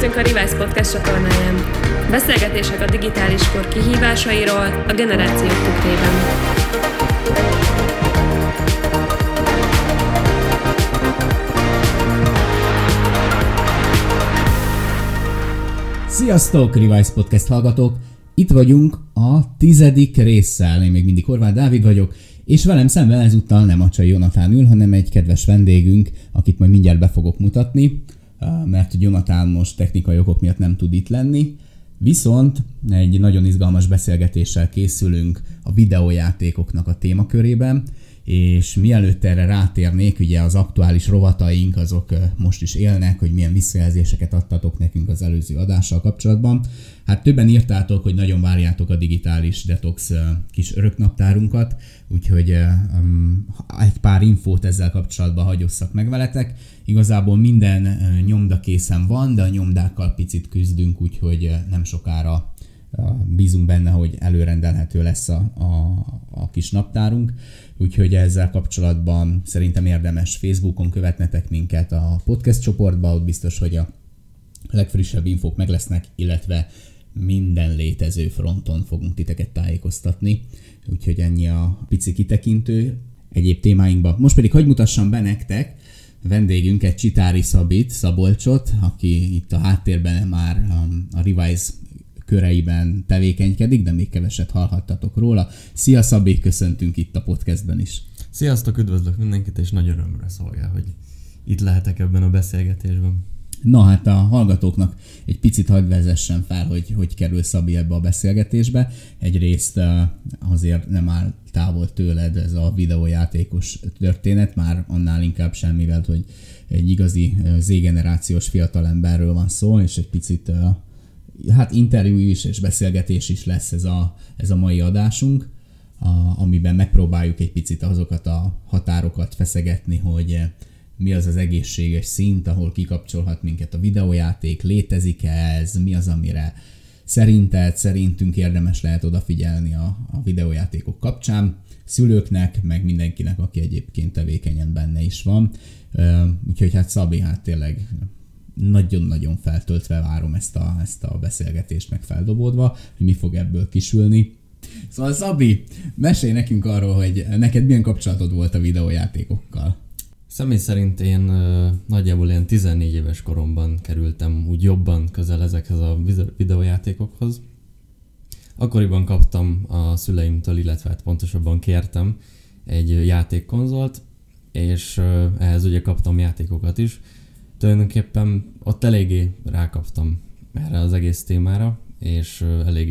Kövessünk a Revise Podcast csatornáján. Beszélgetések a digitális kor kihívásairól a generációk tükrében. Sziasztok, Revise Podcast hallgatók! Itt vagyunk a 10. résszel. Én még mindig Horváth Dávid vagyok, és velem szemben ezúttal nem Acsai Jonatán ül, hanem egy kedves vendégünk, akit majd mindjárt be fogok mutatni, mert Jonatán most technikai okok miatt nem tud itt lenni. Viszont egy nagyon izgalmas beszélgetéssel készülünk a videójátékoknak a témakörében, és mielőtt erre rátérnék, ugye az aktuális rovataink azok most is élnek, hogy milyen visszajelzéseket adtatok nekünk az előző adással kapcsolatban. Hát többen írtátok, hogy nagyon várjátok a digitális detox kis öröknaptárunkat, úgyhogy egy pár infót ezzel kapcsolatban hagyosszak meg veletek. Igazából minden nyomda készen van, de a nyomdákkal picit küzdünk, úgyhogy nem sokára bízunk benne, hogy előrendelhető lesz a kis naptárunk. Úgyhogy ezzel kapcsolatban szerintem érdemes Facebookon követnetek minket a podcast csoportba, ott biztos, hogy a legfrissebb infók meg lesznek, illetve minden létező fronton fogunk titeket tájékoztatni. Úgyhogy ennyi a pici kitekintő egyéb témáinkba. Most pedig hadd mutassam be nektek vendégünket, Csitári Szabit, Szabolcsot, aki itt a háttérben már a Revise köreiben tevékenykedik, de még keveset hallhattatok róla. Szia Szabi, köszöntünk itt a podcastben is. Sziasztok, üdvözlök mindenkit, és nagy örömre szolgál, hogy itt lehetek ebben a beszélgetésben. Na hát a hallgatóknak egy picit hadd vezessen fel, hogy kerül Szabi ebbe a beszélgetésbe. Egyrészt azért nem áll távol tőled ez a videójátékos történet, már annál inkább semmivel, hogy egy igazi Z-generációs fiatalemberről van szó, és egy picit interjú is és beszélgetés is lesz ez a mai adásunk, amiben megpróbáljuk egy picit azokat a határokat feszegetni, hogy mi az az egészséges szint, ahol kikapcsolhat minket a videójáték, létezik-e ez, mi az, amire szerintünk érdemes lehet odafigyelni a videójátékok kapcsán, szülőknek, meg mindenkinek, aki egyébként tevékenyen benne is van. Úgyhogy hát Szabi, hát tényleg nagyon-nagyon feltöltve várom ezt a beszélgetést meg feldobódva, hogy mi fog ebből kisülni. Szóval Szabi, mesélj nekünk arról, hogy neked milyen kapcsolatod volt a videójátékokkal. Személy szerint én nagyjából ilyen 14 éves koromban kerültem úgy jobban közel ezekhez a videójátékokhoz. Akkoriban kaptam a szüleimtől, illetve hát pontosabban kértem egy játékkonzolt, és ehhez ugye kaptam játékokat is. Tulajdonképpen ott eléggé rákaptam erre az egész témára, és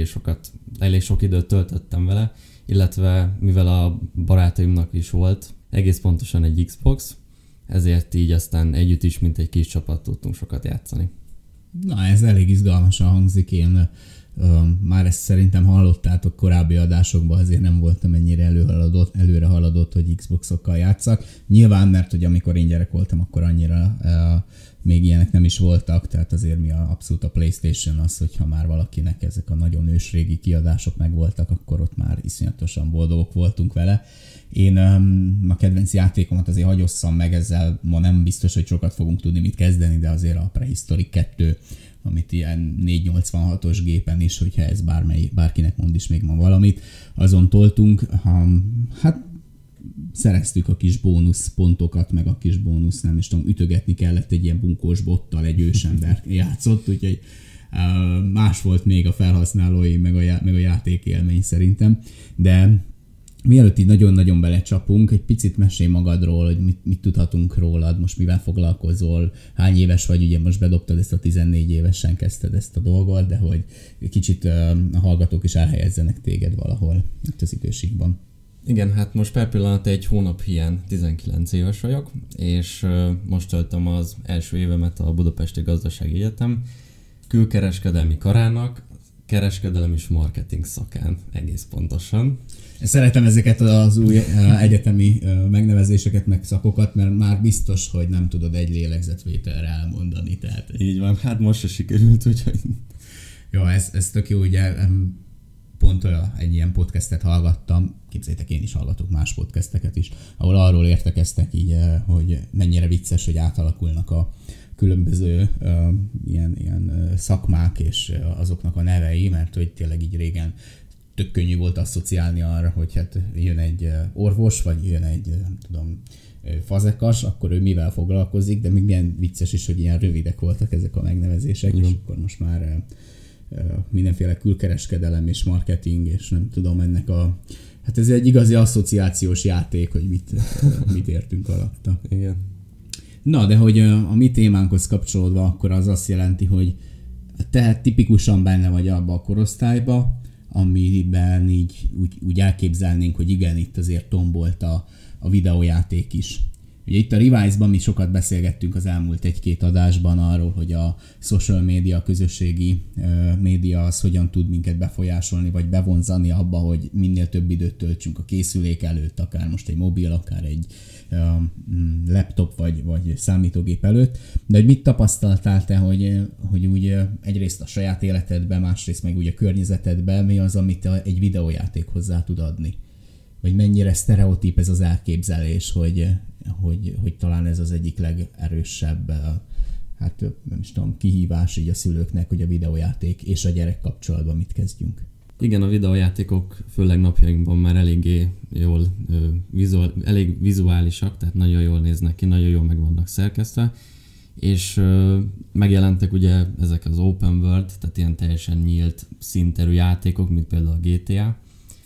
elég sok időt töltöttem vele, illetve mivel a barátaimnak is volt egész pontosan egy Xbox, ezért így aztán együtt is, mint egy kis csapat tudtunk sokat játszani. Na, ez elég izgalmasan hangzik, én már ezt szerintem hallottátok korábbi adásokban, azért nem voltam ennyire előre haladott, hogy Xboxokkal játszak. Nyilván, mert hogy amikor én gyerek voltam, akkor annyira még ilyenek nem is voltak, tehát azért mi abszolút a PlayStation az, hogyha már valakinek ezek a nagyon ősrégi kiadások megvoltak, akkor ott már iszonyatosan boldogok voltunk vele. Én a kedvenc játékomat azért hagyosszam meg, ezzel ma nem biztos, hogy sokat fogunk tudni mit kezdeni, de azért a Prehistoric 2, amit ilyen 486-os gépen is, hogyha ez bárkinek mond is még ma valamit, azon toltunk. Hát szereztük a kis bónusz pontokat, meg a kis bónusz, nem is tudom, ütögetni kellett egy ilyen bunkós bottal, egy ősember játszott, úgyhogy más volt még a felhasználói, meg a játékélmény szerintem. De mielőtt így nagyon-nagyon belecsapunk, egy picit mesélj magadról, hogy mit tudhatunk rólad, most mivel foglalkozol, hány éves vagy, ugye most bedobtad ezt a 14 évesen kezdted ezt a dolgot, de hogy kicsit a hallgatók is elhelyezzenek téged valahol itt az időségben. Igen, hát most per pillanat egy hónap hiány 19 éves vagyok, és most töltöm az első évemet a Budapesti Gazdasági Egyetem külkereskedelmi karának, kereskedelem és marketing szakán egész pontosan. Szeretem ezeket az új egyetemi megnevezéseket, meg szakokat, mert már biztos, hogy nem tudod egy lélegzetvételre elmondani. Tehát... Így van, hát most se sikerült, úgyhogy... Jó, ez tök jó, ugye pont egy ilyen podcastet hallgattam, képzeljétek, én is hallgatok más podcasteket is, ahol arról értekeztek így, hogy mennyire vicces, hogy átalakulnak a különböző ilyen szakmák és azoknak a nevei, mert hogy tényleg így régen tök könnyű volt asszociálni arra, hogy hát jön egy orvos, vagy jön egy, nem tudom, fazekas, akkor ő mivel foglalkozik, de még milyen vicces is, hogy ilyen rövidek voltak ezek a megnevezések, és akkor most már mindenféle külkereskedelem és marketing, és nem tudom, ennek hát ez egy igazi asszociációs játék, hogy mit értünk alatta. Igen. Na, de hogy a mi témánkhoz kapcsolódva, akkor az azt jelenti, hogy te tipikusan benne vagy abba a korosztályba, amiben így úgy elképzelnénk, hogy igen, itt azért tombolt a videójáték is. Ugye itt a Revise-ban mi sokat beszélgettünk az elmúlt 1-2 adásban arról, hogy a social media, a közösségi média az hogyan tud minket befolyásolni, vagy bevonzani abba, hogy minél több időt töltsünk a készülék előtt, akár most egy mobil, akár egy laptop, vagy számítógép előtt. De hogy mit tapasztaltál te, hogy úgy egyrészt a saját életedben, másrészt meg úgy a környezetedben, mi az, amit egy videójáték hozzá tud adni? Vagy mennyire sztereotíp ez az elképzelés, hogy talán ez az egyik legerősebb hát nem is tudom, kihívás így a szülőknek, hogy a videójáték és a gyerek kapcsolatban mit kezdjünk. Igen, a videójátékok főleg napjainkban már eléggé jól elég vizuálisak, tehát nagyon jól néznek ki, nagyon jól meg vannak szerkesztve, és megjelentek ugye ezek az open world, tehát ilyen teljesen nyílt színterű játékok, mint például a GTA,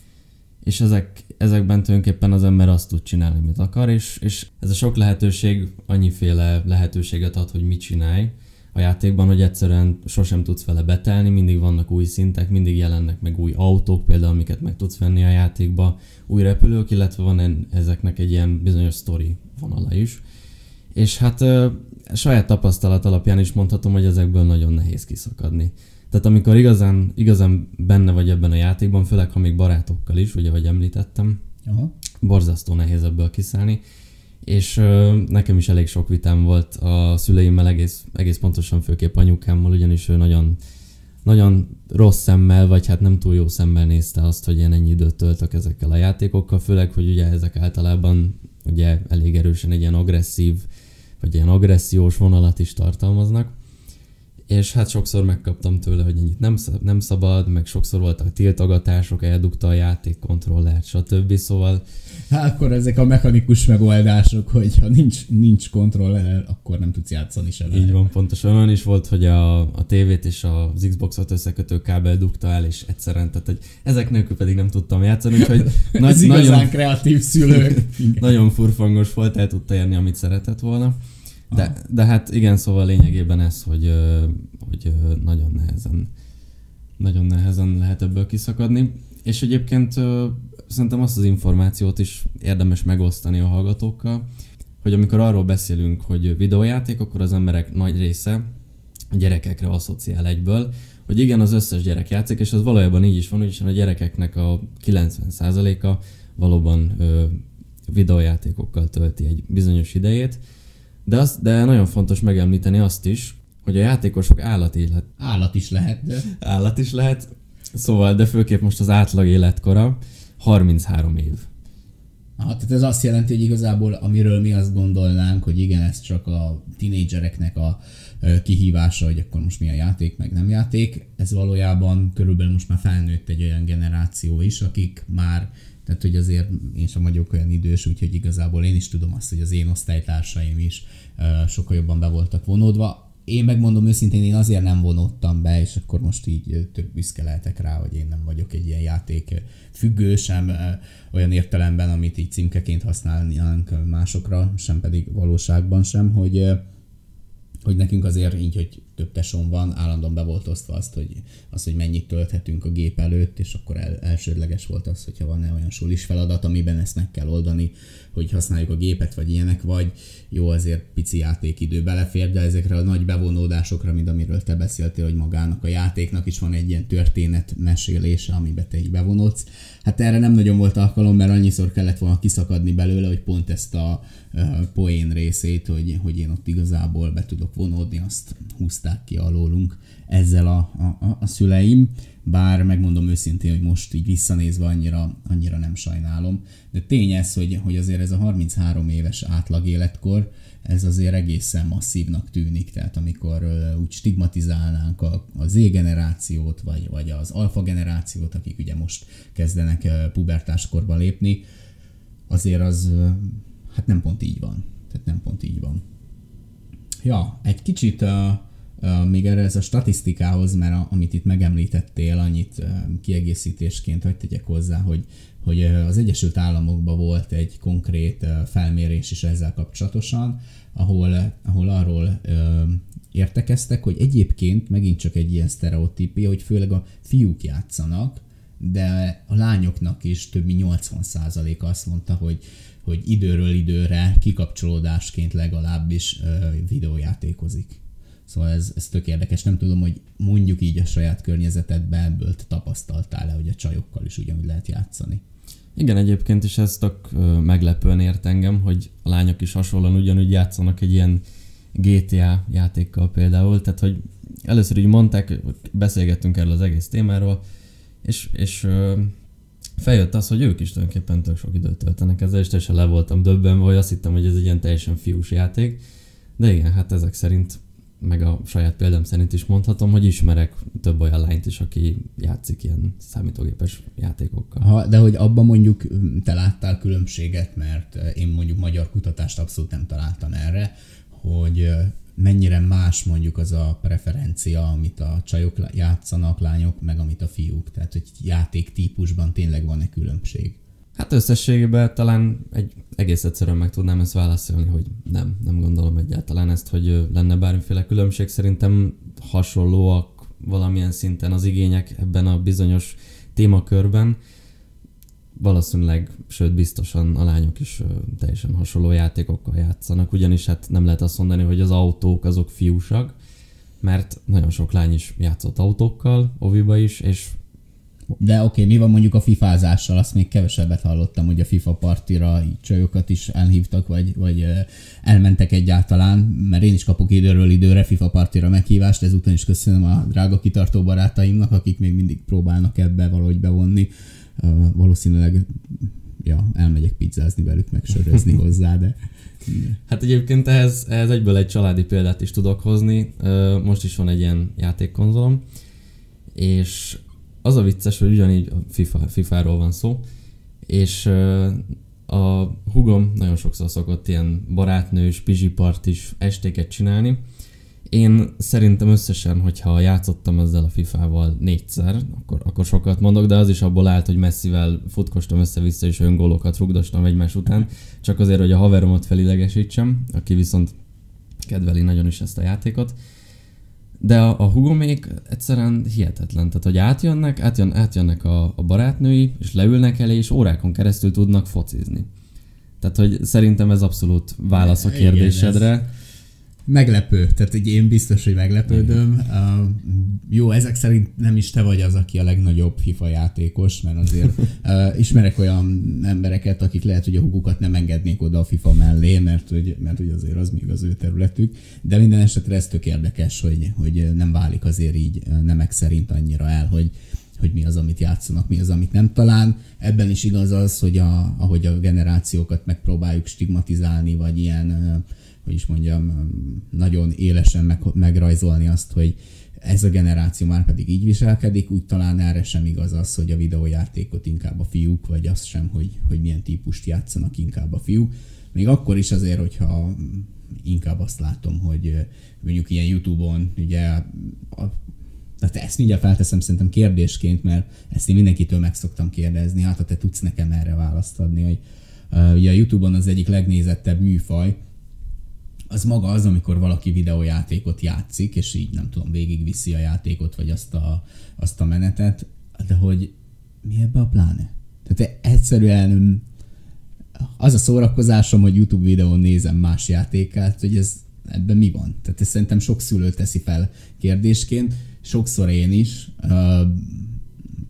és ezekben tulajdonképpen az ember azt tud csinálni, amit akar, és ez a sok lehetőség annyiféle lehetőséget ad, hogy mit csinálj a játékban, hogy egyszerűen sosem tudsz vele betelni, mindig vannak új szintek, mindig jelennek meg új autók, például amiket meg tudsz venni a játékba, új repülők, illetve van ezeknek egy ilyen bizonyos sztori vonala is. És hát saját tapasztalat alapján is mondhatom, hogy ezekből nagyon nehéz kiszakadni. Tehát amikor igazán benne vagy ebben a játékban, főleg ha még barátokkal is, ugye, ahogy említettem, borzasztó nehéz ebből kiszállni, és nekem is elég sok vitám volt a szüleimmel, egész pontosan főképp anyukámmal, ugyanis ő nagyon, nagyon rossz szemmel, vagy hát nem túl jó szemmel nézte azt, hogy én ennyi időt töltök ezekkel a játékokkal, főleg, hogy ugye ezek általában ugye elég erősen egy ilyen agresszív, vagy ilyen agressziós vonalat is tartalmaznak. És hát sokszor megkaptam tőle, hogy ennyit nem szabad, meg sokszor voltak tiltogatások, eldugta a játékkontrollert, stb. Szóval... Hát akkor ezek a mechanikus megoldások, hogy ha nincs kontroller, akkor nem tudsz játszani sem. Így van, pontosan. Olyan is volt, hogy a tévét és az Xboxot összekötő kábel dugta el, és egyszerűen, tehát hogy ezek nélkül pedig nem tudtam játszani, úgyhogy ez igazán nagyon kreatív szülők. Nagyon furfangos volt, el tudta érni, amit szeretett volna. De hát igen, szóval lényegében ez, hogy nagyon nehezen lehet ebből kiszakadni. És egyébként szerintem azt az információt is érdemes megosztani a hallgatókkal, hogy amikor arról beszélünk, hogy videójáték, akkor az emberek nagy része a gyerekekre asszociál egyből, hogy igen, az összes gyerek játszik, és az valójában így is van, úgyis a gyerekeknek a 90%-a valóban videójátékokkal tölti egy bizonyos idejét. De nagyon fontos megemlíteni azt is, hogy a játékosok állat is lehet, de... Állat is lehet, szóval, de főképp most az átlag életkora 33 év. Tehát ez azt jelenti, hogy igazából amiről mi azt gondolnánk, hogy igen, ez csak a tínédzsereknek a kihívása, hogy akkor most mi a játék, meg nem játék. Ez valójában körülbelül most már felnőtt egy olyan generáció is, akik már, tehát hogy azért én sem vagyok olyan idős, úgyhogy igazából én is tudom azt, hogy az én osztálytársaim is sokkal jobban be voltak vonódva. Én megmondom őszintén, én azért nem vonódtam be, és akkor most így tök büszke lehetek rá, hogy én nem vagyok egy ilyen játék függő, sem olyan értelemben, amit így címkeként használnánk másokra, sem pedig valóságban sem, hogy nekünk azért így, hogy több tesón van, állandóan be volt osztva hogy mennyit tölthetünk a gép előtt, és akkor elsődleges volt az, hogyha van olyan sulis feladat, amiben ezt meg kell oldani, hogy használjuk a gépet, vagy ilyenek, vagy jó, azért pici játékidő belefér, de ezekre a nagy bevonódásokra, mint amiről te beszéltél, hogy magának a játéknak is van egy ilyen történetmesélése, amiben te így bevonódsz. Hát erre nem nagyon volt alkalom, mert annyiszor kellett volna kiszakadni belőle, hogy pont ezt a poén részét, hogy én ott igazából be tudok tudtak vonódni, azt húzták ki alólunk ezzel a szüleim, bár megmondom őszintén, hogy most így visszanézve annyira nem sajnálom. De tény ez, hogy azért ez a 33 éves átlag életkor, ez azért egészen masszívnak tűnik, tehát amikor úgy stigmatizálnánk a Z generációt, vagy az alfa generációt, akik ugye most kezdenek pubertáskorba lépni, azért az hát nem pont így van. Tehát nem pont így van. Ja, egy kicsit még erre ez a statisztikához, mert amit itt megemlítettél, annyit kiegészítésként hadd tegyek hozzá, hogy az Egyesült Államokban volt egy konkrét felmérés is ezzel kapcsolatosan, ahol arról értekeztek, hogy egyébként megint csak egy ilyen sztereotípia, hogy főleg a fiúk játszanak, de a lányoknak is több mint 80%-a azt mondta, hogy időről időre kikapcsolódásként legalábbis videójátékozik. Szóval ez tök érdekes. Nem tudom, hogy mondjuk így a saját környezetedben ebből tapasztaltál-e, hogy a csajokkal is ugyanúgy lehet játszani. Igen, egyébként is ez tök meglepően ért engem, hogy a lányok is hasonlóan ugyanúgy játszanak egy ilyen GTA játékkal például. Tehát, hogy először így mondták, beszélgettünk erről az egész témáról, és feljött az, hogy ők is tulajdonképpen tök sok időt töltenek ezzel, és teljesen le voltam döbbenve, hogy azt hittem, hogy ez egy ilyen teljesen fiús játék. De igen, hát ezek szerint, meg a saját példám szerint is mondhatom, hogy ismerek több olyan lányt is, aki játszik ilyen számítógépes játékokkal. De hogy abban mondjuk te láttál különbséget, mert én mondjuk magyar kutatást abszolút nem találtam erre, hogy mennyire más mondjuk az a preferencia, amit a csajok játszanak, lányok, meg amit a fiúk. Tehát, hogy játéktípusban tényleg van-e különbség? Hát összességében talán egész egyszerűen meg tudnám ezt válaszolni, hogy nem gondolom egyáltalán ezt, hogy lenne bármiféle különbség. Szerintem hasonlóak valamilyen szinten az igények ebben a bizonyos témakörben. Valószínűleg, sőt biztosan a lányok is teljesen hasonló játékokkal játszanak, ugyanis hát nem lehet azt mondani, hogy az autók azok fiúsak, mert nagyon sok lány is játszott autókkal, oviba is, és de oké, mi van mondjuk a fifázással? Azt még kevesebbet hallottam, hogy a FIFA partira csajokat is elhívtak, vagy elmentek egyáltalán, mert én is kapok időről időre FIFA partira meghívást, ezúttal is köszönöm a drága kitartó barátaimnak, akik még mindig próbálnak ebbe valahogy bevonni. Valószínűleg elmegyek pizzázni velük, meg sörözni hozzá, de... Hát egyébként ehhez egyből egy családi példát is tudok hozni. Most is van egy ilyen játékkonzolom, és az a vicces, hogy ugyanígy a FIFA-ról van szó, és a húgom nagyon sokszor szokott ilyen barátnős, pizsipartis estéket csinálni. Én szerintem összesen, hogyha játszottam ezzel a FIFA-val 4-szer, akkor sokat mondok, de az is abból állt, hogy Messivel futkostam össze-vissza és öngólokat rugdostam egymás után, csak azért, hogy a haveromat felidegesítsem, aki viszont kedveli nagyon is ezt a játékot. De a hugomék egyszerűen hihetetlen. Tehát, hogy átjönnek a barátnői, és leülnek elé, és órákon keresztül tudnak focizni. Tehát, hogy szerintem ez abszolút válasz a kérdésedre. Meglepő, tehát én biztos, hogy meglepődöm. Jó, ezek szerint nem is te vagy az, aki a legnagyobb FIFA játékos, mert azért ismerek olyan embereket, akik lehet, hogy a hugukat nem engednék oda a FIFA mellé, mert hogy azért az még az ő területük. De minden esetre ez tök érdekes, hogy nem válik azért így nemek szerint annyira el, hogy mi az, amit játszanak, mi az, amit nem. Talán ebben is igaz az, hogy ahogy a generációkat megpróbáljuk stigmatizálni, vagy ilyen, hogy is mondjam, nagyon élesen megrajzolni azt, hogy ez a generáció már pedig így viselkedik, úgy talán erre sem igaz az, hogy a videójátékot inkább a fiúk, vagy az sem, hogy milyen típust játszanak inkább a fiúk. Még akkor is azért, hogyha inkább azt látom, hogy mondjuk ilyen YouTube-on, ugye, tehát ezt mindjárt felteszem szerintem kérdésként, mert ezt én mindenkitől meg szoktam kérdezni, hát ha te tudsz nekem erre választ adni, hogy ugye a YouTube-on az egyik legnézettebb műfaj, az maga az, amikor valaki videójátékot játszik, és így nem tudom, végigviszi a játékot, vagy azt a menetet, de hogy mi ebbe a pláne? Tehát egyszerűen az a szórakozásom, hogy YouTube videón nézem más játékát, hogy ebben mi van? Tehát ezt szerintem sok szülő teszi fel kérdésként, sokszor én is.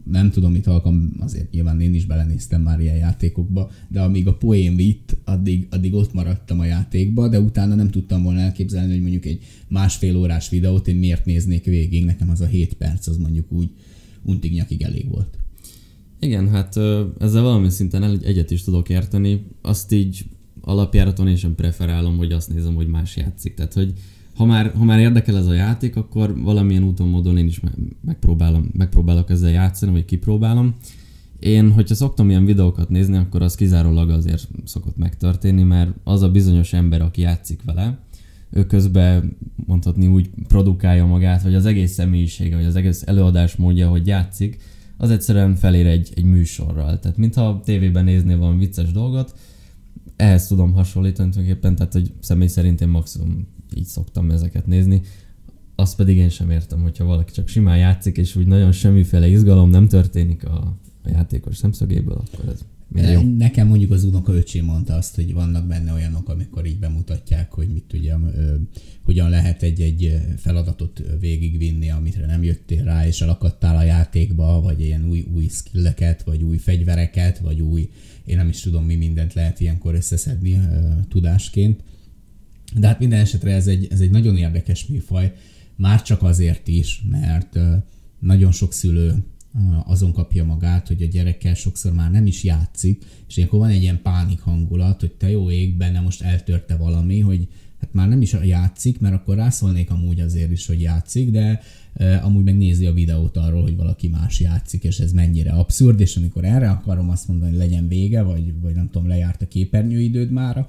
nem tudom, mit halkam, azért nyilván én is belenéztem már ilyen játékokba, de amíg a poén vitt, addig ott maradtam a játékba, de utána nem tudtam volna elképzelni, hogy mondjuk egy 1,5 órás videót én miért néznék végig, nekem az a 7 perc, az mondjuk úgy untig-nyakig elég volt. Igen, hát ezzel valami szinten egyet is tudok érteni, azt így alapjáraton én sem preferálom, hogy azt nézem, hogy más játszik, tehát hogy ha már érdekel ez a játék, akkor valamilyen úton, módon én is megpróbálok ezzel játszani, vagy kipróbálom. Én, hogyha szoktam ilyen videókat nézni, akkor az kizárólag azért szokott megtörténni, mert az a bizonyos ember, aki játszik vele, ő közben mondhatni úgy produkálja magát, vagy az egész személyisége, vagy az egész előadásmódja, hogy játszik, az egyszerűen felér egy műsorral. Tehát mintha tévében néznél valami vicces dolgot, ehhez tudom hasonlítani tulajdonképpen, tehát hogy személy szerint én maximum így szoktam ezeket nézni. Azt pedig én sem értem, hogyha valaki csak simán játszik, és úgy nagyon semmiféle izgalom nem történik a játékos szemszögéből, akkor ez jó. Nekem mondjuk az unokaöcsém mondta azt, hogy vannak benne olyanok, amikor így bemutatják, hogy mit tudjam, hogyan lehet egy feladatot végigvinni, amire nem jöttél rá, és elakadtál a játékba, vagy ilyen új skilleket, vagy új fegyvereket, vagy én nem is tudom, mi mindent lehet ilyenkor összeszedni tudásként. De hát minden esetre ez egy nagyon érdekes műfaj, már csak azért is, mert nagyon sok szülő azon kapja magát, hogy a gyerekkel sokszor már nem is játszik, és ilyenkor van egy ilyen pánik hangulat, hogy te jó ég, benne most eltörte valami, hogy hát már nem is játszik, mert akkor rászólnék amúgy azért is, hogy játszik, de amúgy megnézi a videót arról, hogy valaki más játszik, és ez mennyire abszurd, és amikor erre akarom azt mondani, hogy legyen vége, vagy nem tudom, lejárt a képernyőidőd mára,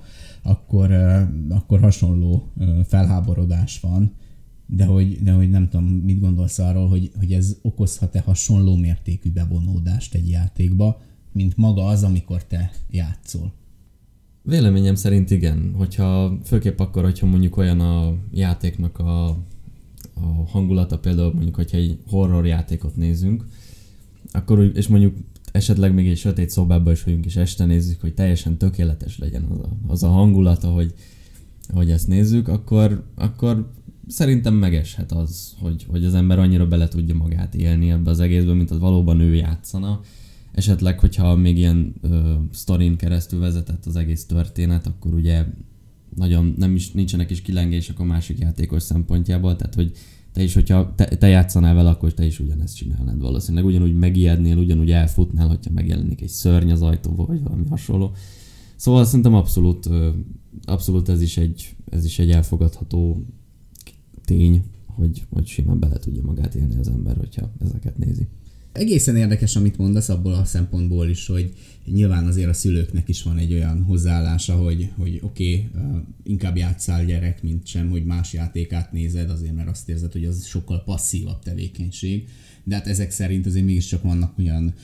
akkor hasonló felháborodás van, de hogy nem tudom, mit gondolsz arról, hogy ez okozhat-e hasonló mértékű bevonódást egy játékba, mint maga az, amikor te játszol? Véleményem szerint igen, főképp akkor, hogyha mondjuk olyan a játéknak a hangulata, például mondjuk, hogyha egy horror játékot nézünk, akkor és mondjuk esetleg még egy sötét szobában is vagyunk, és este nézzük, hogy teljesen tökéletes legyen az a hangulata, hogy ezt nézzük, akkor szerintem megeshet az, hogy az ember annyira bele tudja magát élni ebbe az egészbe, mint az valóban ő játszana. Esetleg, hogyha még ilyen sztorin keresztül vezetett az egész történet, akkor ugye nagyon nincsenek is kilengések a másik játékos szempontjából, tehát hogy te is, hogyha te játszanál vele, akkor te is ugyanezt csinálnád valószínűleg. Ugyanúgy megijednél, ugyanúgy elfutnál, hogyha megjelenik egy szörny az ajtóba, vagy valami hasonló. Szóval szerintem abszolút ez is egy elfogadható tény, hogy simán bele tudja magát élni az ember, hogyha ezeket nézi. Egészen érdekes, amit mondasz abból a szempontból is, hogy nyilván azért a szülőknek is van egy olyan hozzáállása, hogy oké, inkább játsszál gyerek, mint sem, hogy más játékát nézed, azért mert azt érzed, hogy az sokkal passzívabb tevékenység. De hát ezek szerint azért mégiscsak vannak olyan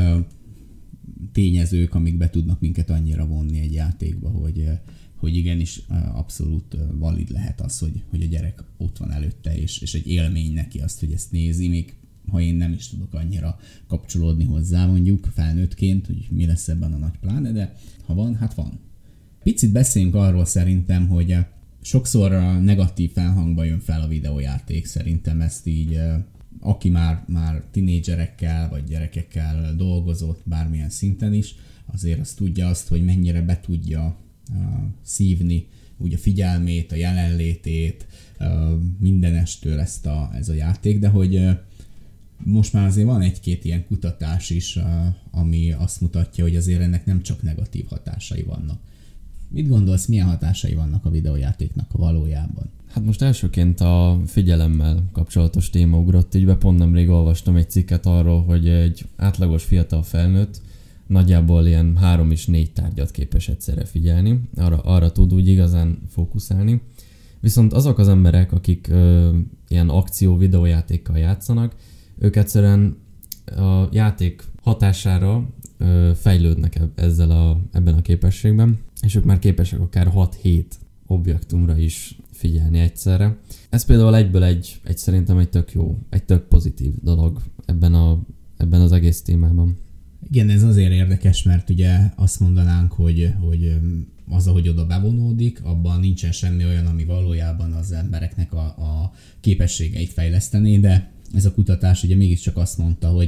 tényezők, amik be tudnak minket annyira vonni egy játékba, hogy igenis abszolút valid lehet az, hogy a gyerek ott van előtte, és egy élmény neki azt, hogy ezt nézi, még ha én nem is tudok annyira kapcsolódni hozzá mondjuk felnőttként, hogy mi lesz ebben a nagy pláne, de ha van, hát van. Picit beszéljünk arról szerintem, hogy sokszor negatív felhangba jön fel a videójáték, szerintem ezt így, aki már tinédzserekkel vagy gyerekekkel dolgozott bármilyen szinten is, azért azt tudja azt, hogy mennyire be tudja szívni úgy a figyelmét, a jelenlétét, mindenestől ez a játék, de hogy most már azért van egy-két ilyen kutatás is, ami azt mutatja, hogy azért ennek nem csak negatív hatásai vannak. Mit gondolsz, milyen hatásai vannak a videójátéknak valójában? Hát most elsőként a figyelemmel kapcsolatos téma ugrott így be, pont nemrég olvastam egy cikket arról, hogy egy átlagos fiatal felnőtt nagyjából ilyen 3 és 4 tárgyat képes egyszerre figyelni, arra tud úgy igazán fókuszálni. Viszont azok az emberek, akik ilyen akció videójátékkal játszanak, ők egyszerűen a játék hatására fejlődnek ebben a képességben, és ők már képesek akár 6-7 objektumra is figyelni egyszerre. Ez például egyből szerintem egy tök jó, egy tök pozitív dolog ebben az egész témában. Igen, ez azért érdekes, mert ugye azt mondanánk, hogy az, ahogy oda bevonódik, abban nincsen semmi olyan, ami valójában az embereknek a képességeit fejlesztené, de ez a kutatás ugye mégiscsak azt mondta, hogy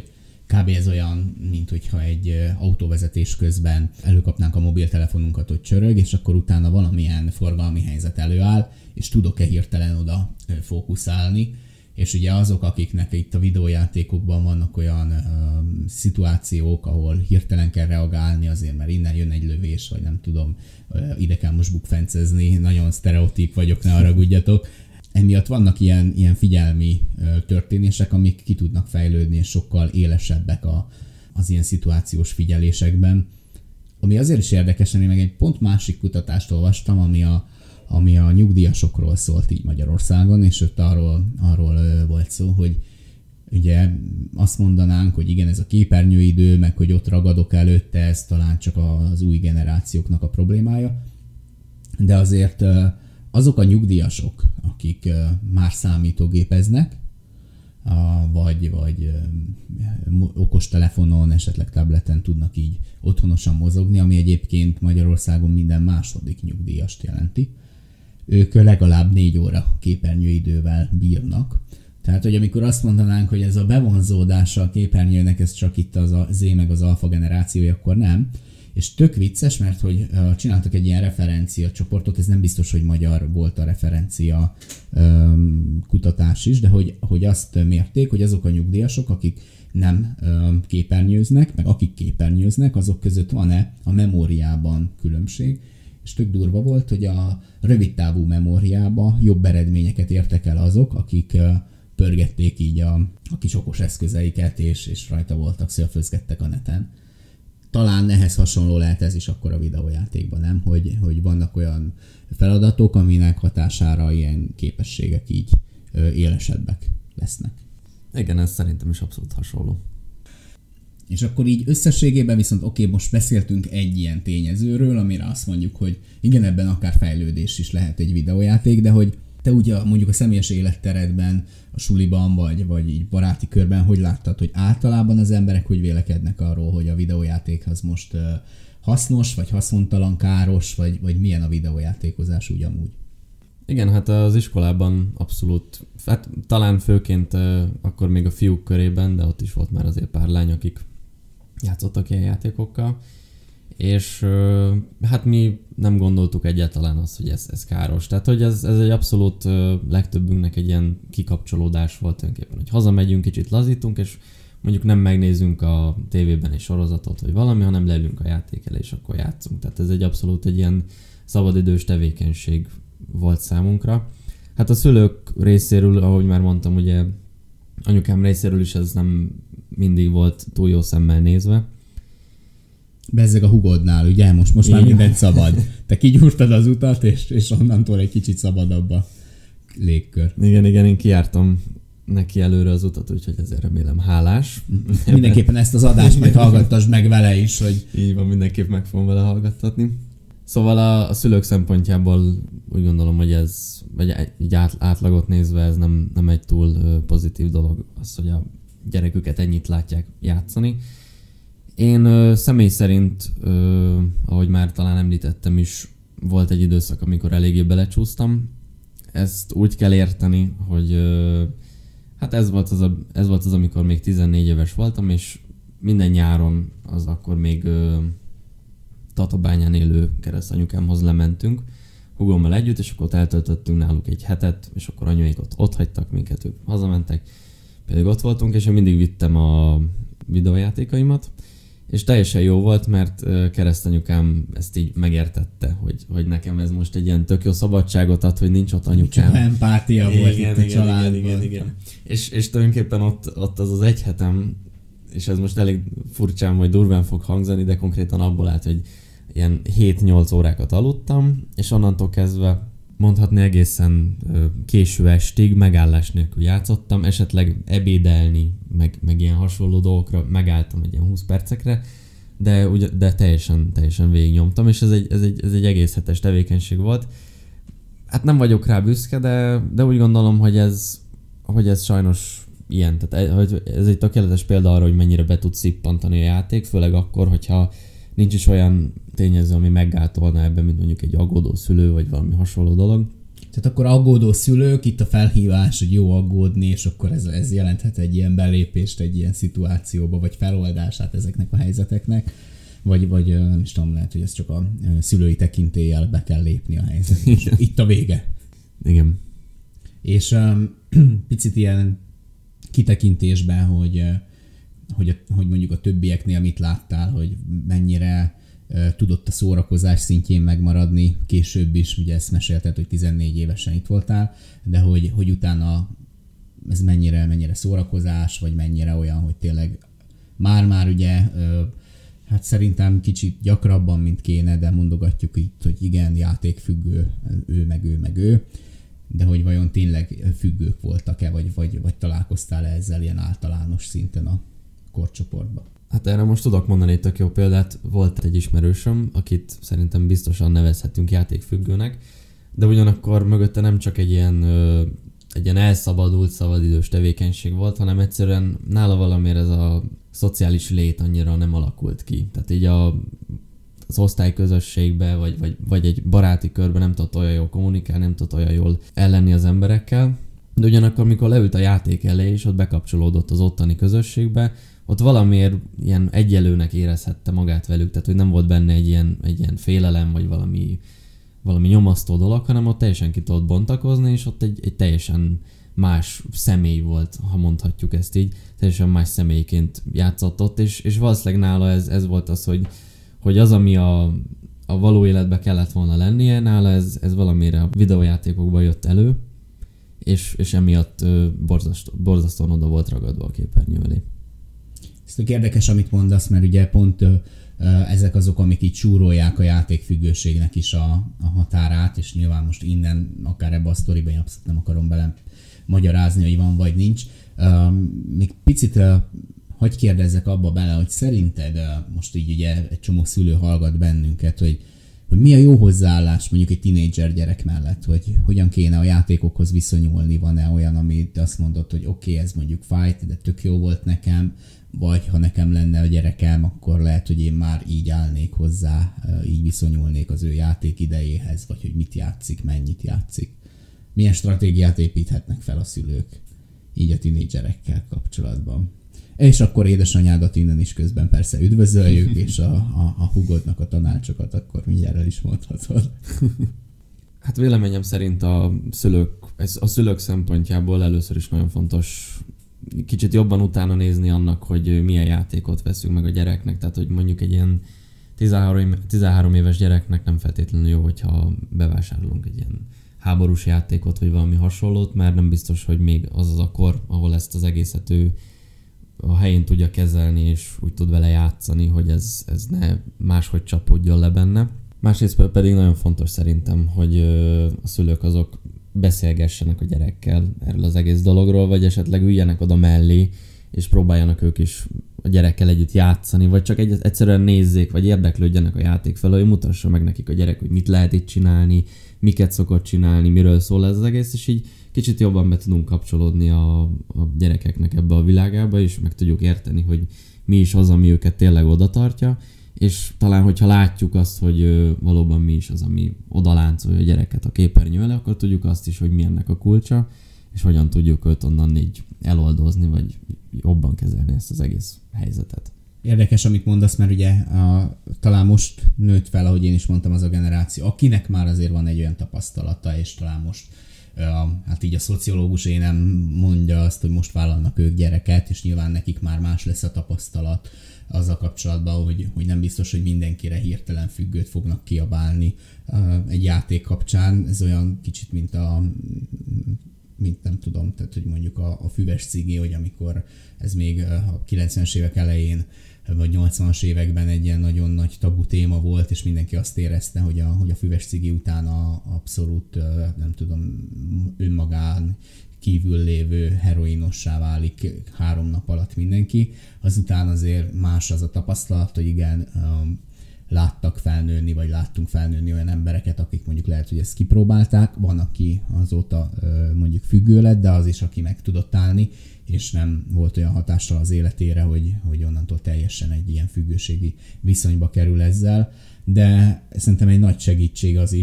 Kb. Ez olyan, mint hogyha egy autóvezetés közben előkapnánk a mobiltelefonunkat, hogy csörög, és akkor utána valamilyen forgalmi helyzet előáll, és tudok-e hirtelen oda fókuszálni. És ugye azok, akiknek itt a videójátékokban vannak olyan szituációk, ahol hirtelen kell reagálni azért, mert innen jön egy lövés, vagy nem tudom, ide kell most bukfencezni, nagyon sztereotíp vagyok, ne haragudjatok. Emiatt vannak ilyen figyelmi történések, amik ki tudnak fejlődni, és sokkal élesebbek az ilyen szituációs figyelésekben. Ami azért is érdekes, én meg egy pont másik kutatást olvastam, ami a nyugdíjasokról szólt így Magyarországon, és ott arról volt szó, hogy ugye azt mondanánk, hogy igen, ez a képernyőidő, meg hogy ott ragadok előtte, ez talán csak az új generációknak a problémája, de azért azok a nyugdíjasok, akik már számítógépeznek, vagy okostelefonon, esetleg tableten tudnak így otthonosan mozogni, ami egyébként Magyarországon minden második nyugdíjast jelenti. Ők legalább 4 óra képernyőidővel bírnak. Tehát, hogy amikor azt mondanánk, hogy ez a bevonzódása a képernyőnek, ez csak itt az a Z meg az alfa generációja, akkor nem. És tök vicces, mert hogy csináltak egy ilyen referencia csoportot, ez nem biztos, hogy magyar volt a referencia kutatás is, de hogy azt mérték, hogy azok a nyugdíjasok, akik nem képernyőznek, meg akik képernyőznek, azok között van-e a memóriában különbség, és tök durva volt, hogy a rövidtávú memóriába jobb eredményeket értek el azok, akik pörgették így a kis okos eszközeiket, és rajta voltak, szörfözgettek a neten. Talán ehhez hasonló lehet ez is akkor a videójátékban, nem? Hogy vannak olyan feladatok, aminek hatására ilyen képességek így élesebbek lesznek. Igen, ez szerintem is abszolút hasonló. És akkor így összességében viszont oké, most beszéltünk egy ilyen tényezőről, amire azt mondjuk, hogy igen, ebben akár fejlődés is lehet egy videójáték, de hogy te ugye mondjuk a személyes életteredben, a suliban vagy így baráti körben, hogy láttad, hogy általában az emberek hogy vélekednek arról, hogy a videójáték az most hasznos, vagy haszontalan, káros, vagy milyen a videójátékozás úgy amúgy? Igen, hát az iskolában abszolút, hát talán főként akkor még a fiúk körében, de ott is volt már azért pár lány, akik játszottak ilyen játékokkal, és hát mi nem gondoltuk egyáltalán azt, hogy ez káros. Tehát, hogy ez egy abszolút legtöbbünknek egy ilyen kikapcsolódás volt tulajdonképpen, hogy hazamegyünk, kicsit lazítunk, és mondjuk nem megnézzünk a tévében egy sorozatot, vagy valami, hanem leülünk a játék elé, és akkor játszunk. Tehát ez egy abszolút egy ilyen szabadidős tevékenység volt számunkra. Hát a szülők részéről, ahogy már mondtam, ugye anyukám részéről is ez nem mindig volt túl jó szemmel nézve. Bezzeg a hugodnál, ugye? Most már mindent szabad. Te kigyúrtad az utat, és onnantól egy kicsit szabadabb a légkör. Igen, én kijártam neki előre az utat, úgyhogy ezért remélem hálás. Mindenképpen ezt az adást majd hallgattasd meg vele is, hogy... Így van, mindenképp meg fogom vele hallgattatni. Szóval a szülők szempontjából úgy gondolom, hogy ez, vagy egy átlagot nézve ez nem egy túl pozitív dolog az, hogy a gyereküket ennyit látják játszani. Én személy szerint, ahogy már talán említettem is, volt egy időszak, amikor eléggé belecsúsztam. Ezt úgy kell érteni, hogy hát ez volt az, amikor még 14 éves voltam, és minden nyáron, az akkor még Tatabányán élő keresztanyukámhoz lementünk húgommal együtt, és akkor ott eltöltöttünk náluk egy hetet, és akkor anyuék ott hagytak minket, ők hazamentek, pedig ott voltunk, és én mindig vittem a videójátékaimat, és teljesen jó volt, mert keresztanyukám ezt így megértette, hogy nekem ez most egy ilyen tök jó szabadságot ad, hogy nincs ott anyukám. Csak empátia volt itt a családban. Igen. És tulajdonképpen ott az egy hetem, és ez most elég furcsán vagy durván fog hangzani, de konkrétan abból állt, hogy ilyen 7-8 órákat aludtam, és onnantól kezdve mondhatni egészen késő estig megállás nélkül játszottam, esetleg ebédelni, meg ilyen hasonló dolgokra megálltam egy ilyen 20 percekre, de teljesen végignyomtam, és ez egy egész hetes tevékenység volt. Hát nem vagyok rá büszke, de úgy gondolom, hogy ez sajnos ilyen, tehát ez egy tökéletes példa arra, hogy mennyire be tud szippantani a játék, főleg akkor, hogyha nincs is olyan tényező, ami meggátolna ebben, mint mondjuk egy aggódó szülő, vagy valami hasonló dolog. Tehát akkor aggódó szülők, itt a felhívás, hogy jó aggódni, és akkor ez jelenthet egy ilyen belépést egy ilyen szituációba, vagy feloldását ezeknek a helyzeteknek, vagy nem is tudom, lehet, hogy ez csak a szülői tekintéllyel be kell lépni a helyzetbe. Itt a vége. Igen. És picit ilyen kitekintésben, hogy mondjuk a többieknél mit láttál, hogy mennyire tudott a szórakozás szintjén megmaradni később is, ugye ezt mesélted, hogy 14 évesen itt voltál, de hogy utána ez mennyire szórakozás, vagy mennyire olyan, hogy tényleg már ugye, hát szerintem kicsit gyakrabban, mint kéne, de mondogatjuk itt, hogy igen, játékfüggő, ő, meg ő, de hogy vajon tényleg függők voltak-e, vagy találkoztál-e ezzel ilyen általános szinten a korcsoportban? Hát erre most tudok mondani egy tök jó példát. Volt egy ismerősöm, akit szerintem biztosan nevezhetünk játékfüggőnek, de ugyanakkor mögötte nem csak egy ilyen elszabadult, szabadidős tevékenység volt, hanem egyszerűen nála valamiért ez a szociális lét annyira nem alakult ki. Tehát így az osztályközösségbe, vagy egy baráti körben nem tudott olyan jól kommunikálni, nem tudott olyan jól ellenni az emberekkel. De ugyanakkor, amikor leült a játék elé, és ott bekapcsolódott az ottani közösségbe, ott valamiért ilyen egyelőnek érezhette magát velük, tehát hogy nem volt benne egy ilyen félelem, vagy valami nyomasztó dolog, hanem ott teljesen ki tudott bontakozni, és ott egy teljesen más személy volt, ha mondhatjuk ezt így, teljesen más személyként játszott ott, és valószínűleg nála ez volt az, hogy az, ami a való életben kellett volna lennie, nála ez valamire a videójátékokban jött elő, és emiatt borzasztóan oda volt ragadva a képernyő elé. Ez tök érdekes, amit mondasz, mert ugye pont ezek azok, amik így súrolják a játékfüggőségnek is a határát, és nyilván most innen, akár ebbe a sztoriba, én abszolút nem akarom bele magyarázni, hogy van vagy nincs. Még picit hagyj kérdezzek abba bele, hogy szerinted most így ugye egy csomó szülő hallgat bennünket, hogy mi a jó hozzáállás mondjuk egy tínédzser gyerek mellett, hogy hogyan kéne a játékokhoz viszonyulni, van-e olyan, amit azt mondod, hogy oké, ez mondjuk fájt, de tök jó volt nekem, vagy ha nekem lenne a gyerekem, akkor lehet, hogy én már így állnék hozzá, így viszonyulnék az ő játék idejéhez, vagy hogy mit játszik, mennyit játszik. Milyen stratégiát építhetnek fel a szülők így a tínédzserekkel kapcsolatban. És akkor édesanyádat innen is közben persze üdvözöljük, és a hugodnak a tanácsokat akkor mindjárt el is mondhatod. Hát véleményem szerint a szülők szempontjából először is nagyon fontos kicsit jobban utána nézni annak, hogy milyen játékot veszünk meg a gyereknek. Tehát, hogy mondjuk egy ilyen 13 éves gyereknek nem feltétlenül jó, hogyha bevásárolunk egy ilyen háborús játékot, vagy valami hasonlót, mert nem biztos, hogy még az a kor, ahol ezt az egészet ő a helyén tudja kezelni, és úgy tud vele játszani, hogy ez ne máshogy csapódjon le benne. Másrészt pedig nagyon fontos szerintem, hogy a szülők azok beszélgessenek a gyerekkel erről az egész dologról, vagy esetleg üljenek oda mellé, és próbáljanak ők is a gyerekkel együtt játszani, vagy csak egyszerűen nézzék, vagy érdeklődjenek a játék felől, hogy mutassa meg nekik a gyerek, hogy mit lehet itt csinálni, miket szokott csinálni, miről szól ez az egész, és így kicsit jobban be tudunk kapcsolódni a gyerekeknek ebbe a világába, és meg tudjuk érteni, hogy mi is az, ami őket tényleg oda tartja, és talán, hogyha látjuk azt, hogy valóban mi is az, ami odaláncolja a gyereket a képernyő elé, akkor tudjuk azt is, hogy mi ennek a kulcsa, és hogyan tudjuk őt onnan így eloldozni, vagy jobban kezelni ezt az egész helyzetet. Érdekes, amit mondasz, mert ugye talán most nőtt fel, ahogy én is mondtam, az a generáció, akinek már azért van egy olyan tapasztalata, és talán most hát így a szociológus nem mondja azt, hogy most vállalnak ők gyereket, és nyilván nekik már más lesz a tapasztalat azzal kapcsolatban, hogy nem biztos, hogy mindenkire hirtelen függőt fognak kiabálni egy játék kapcsán. Ez olyan kicsit, mint nem tudom, tehát hogy mondjuk a füves cigi, hogy amikor ez még a 90-es évek elején vagy 80-as években egy ilyen nagyon nagy tabu téma volt, és mindenki azt érezte, hogy a füves cigi után abszolút, nem tudom, önmagán kívül lévő heroinossá válik 3 nap alatt mindenki. Azután azért más az a tapasztalat, hogy igen, láttak felnőni, vagy láttunk felnőni olyan embereket, akik mondjuk lehet, hogy ezt kipróbálták, van, aki azóta mondjuk függő lett, de az is, aki meg tudott állni, és nem volt olyan hatással az életére, hogy onnantól teljesen egy ilyen függőségi viszonyba kerül ezzel. De szerintem egy nagy segítség az is,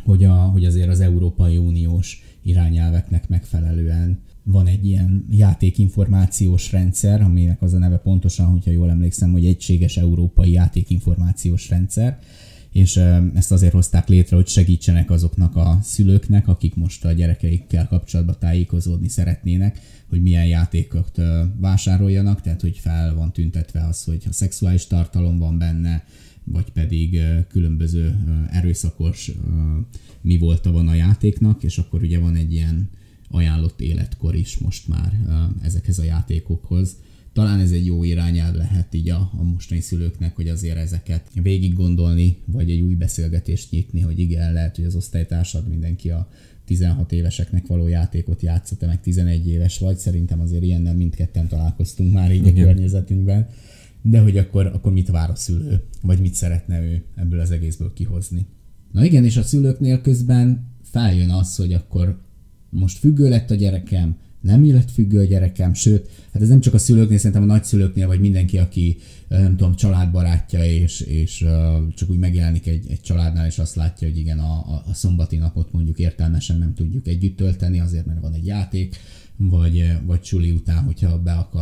hogy azért az Európai Uniós irányelveknek megfelelően van egy ilyen játékinformációs rendszer, aminek az a neve pontosan, hogyha jól emlékszem, hogy egységes európai játékinformációs rendszer, és ezt azért hozták létre, hogy segítsenek azoknak a szülőknek, akik most a gyerekeikkel kapcsolatban tájékozódni szeretnének, hogy milyen játékot vásároljanak, tehát hogy fel van tüntetve az, hogy ha szexuális tartalom van benne, vagy pedig különböző erőszakos mi volta van a játéknak, és akkor ugye van egy ilyen ajánlott életkor is most már ezekhez a játékokhoz. Talán ez egy jó irányelv lehet így a mostani szülőknek, hogy azért ezeket végig gondolni, vagy egy új beszélgetést nyitni, hogy igen, lehet, hogy az osztálytársad mindenki a 16 éveseknek való játékot játszott, te meg 11 éves vagy, szerintem azért ilyennel mindketten találkoztunk már így a környezetünkben, de hogy akkor mit vár a szülő, vagy mit szeretne ő ebből az egészből kihozni. Na igen, és a szülőknél közben feljön az, hogy akkor most függő lett a gyerekem, nem lett függő a gyerekem, sőt, hát ez nem csak a szülőknél, szerintem a nagyszülőknél, vagy mindenki, aki nem tudom, családbarátja, és csak úgy megjelenik egy családnál, és azt látja, hogy igen, a szombati napot mondjuk értelmesen nem tudjuk együtt tölteni, azért, mert van egy játék, vagy suli után, hogyha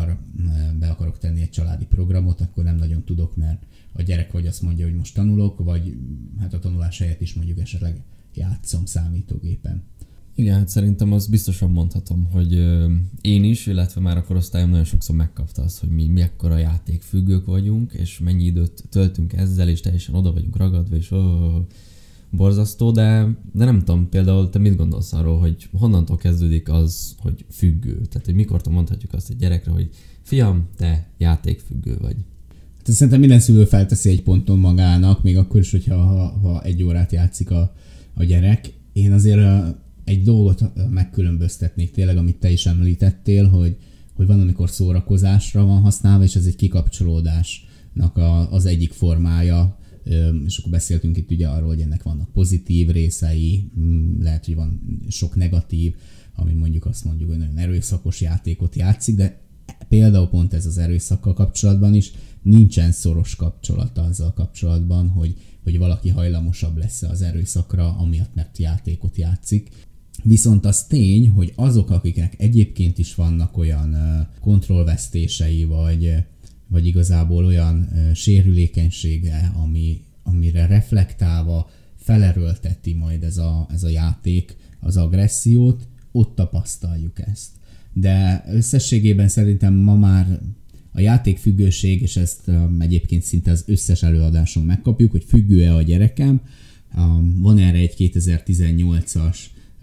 be akarok tenni egy családi programot, akkor nem nagyon tudok, mert a gyerek vagy azt mondja, hogy most tanulok, vagy hát a tanulás helyett is mondjuk esetleg játszom számítógépen. Igen, hát szerintem azt biztosan mondhatom, hogy én is, illetve már a korosztályom nagyon sokszor megkapta azt, hogy mi ekkora játékfüggők vagyunk, és mennyi időt töltünk ezzel, és teljesen oda vagyunk ragadva, és borzasztó, de nem tudom, például te mit gondolsz arról, hogy honnantól kezdődik az, hogy függő? Tehát, hogy mikortól mondhatjuk azt egy gyerekre, hogy fiam, te játékfüggő vagy. Hát szerintem minden szülő felteszi egy ponton magának, még akkor is, hogyha 1 órát játszik a gyerek. Én azért egy dolgot megkülönböztetnék tényleg, amit te is említettél, hogy van, amikor szórakozásra van használva, és ez egy kikapcsolódásnak az egyik formája, és akkor beszéltünk itt ugye arról, hogy ennek vannak pozitív részei, lehet, hogy van sok negatív, ami mondjuk azt mondjuk, hogy nagyon erőszakos játékot játszik, de például pont ez az erőszakkal kapcsolatban is nincsen szoros kapcsolata azzal kapcsolatban, hogy valaki hajlamosabb lesz az erőszakra, amiatt, mert játékot játszik. Viszont az tény, hogy azok, akiknek egyébként is vannak olyan kontrollvesztései, vagy igazából olyan sérülékenysége, amire reflektálva felerőlteti majd ez a játék az agressziót, ott tapasztaljuk ezt. De összességében szerintem ma már a játékfüggőség, és ezt egyébként szinte az összes előadáson megkapjuk, hogy függő-e a gyerekem. Van erre egy 2018-as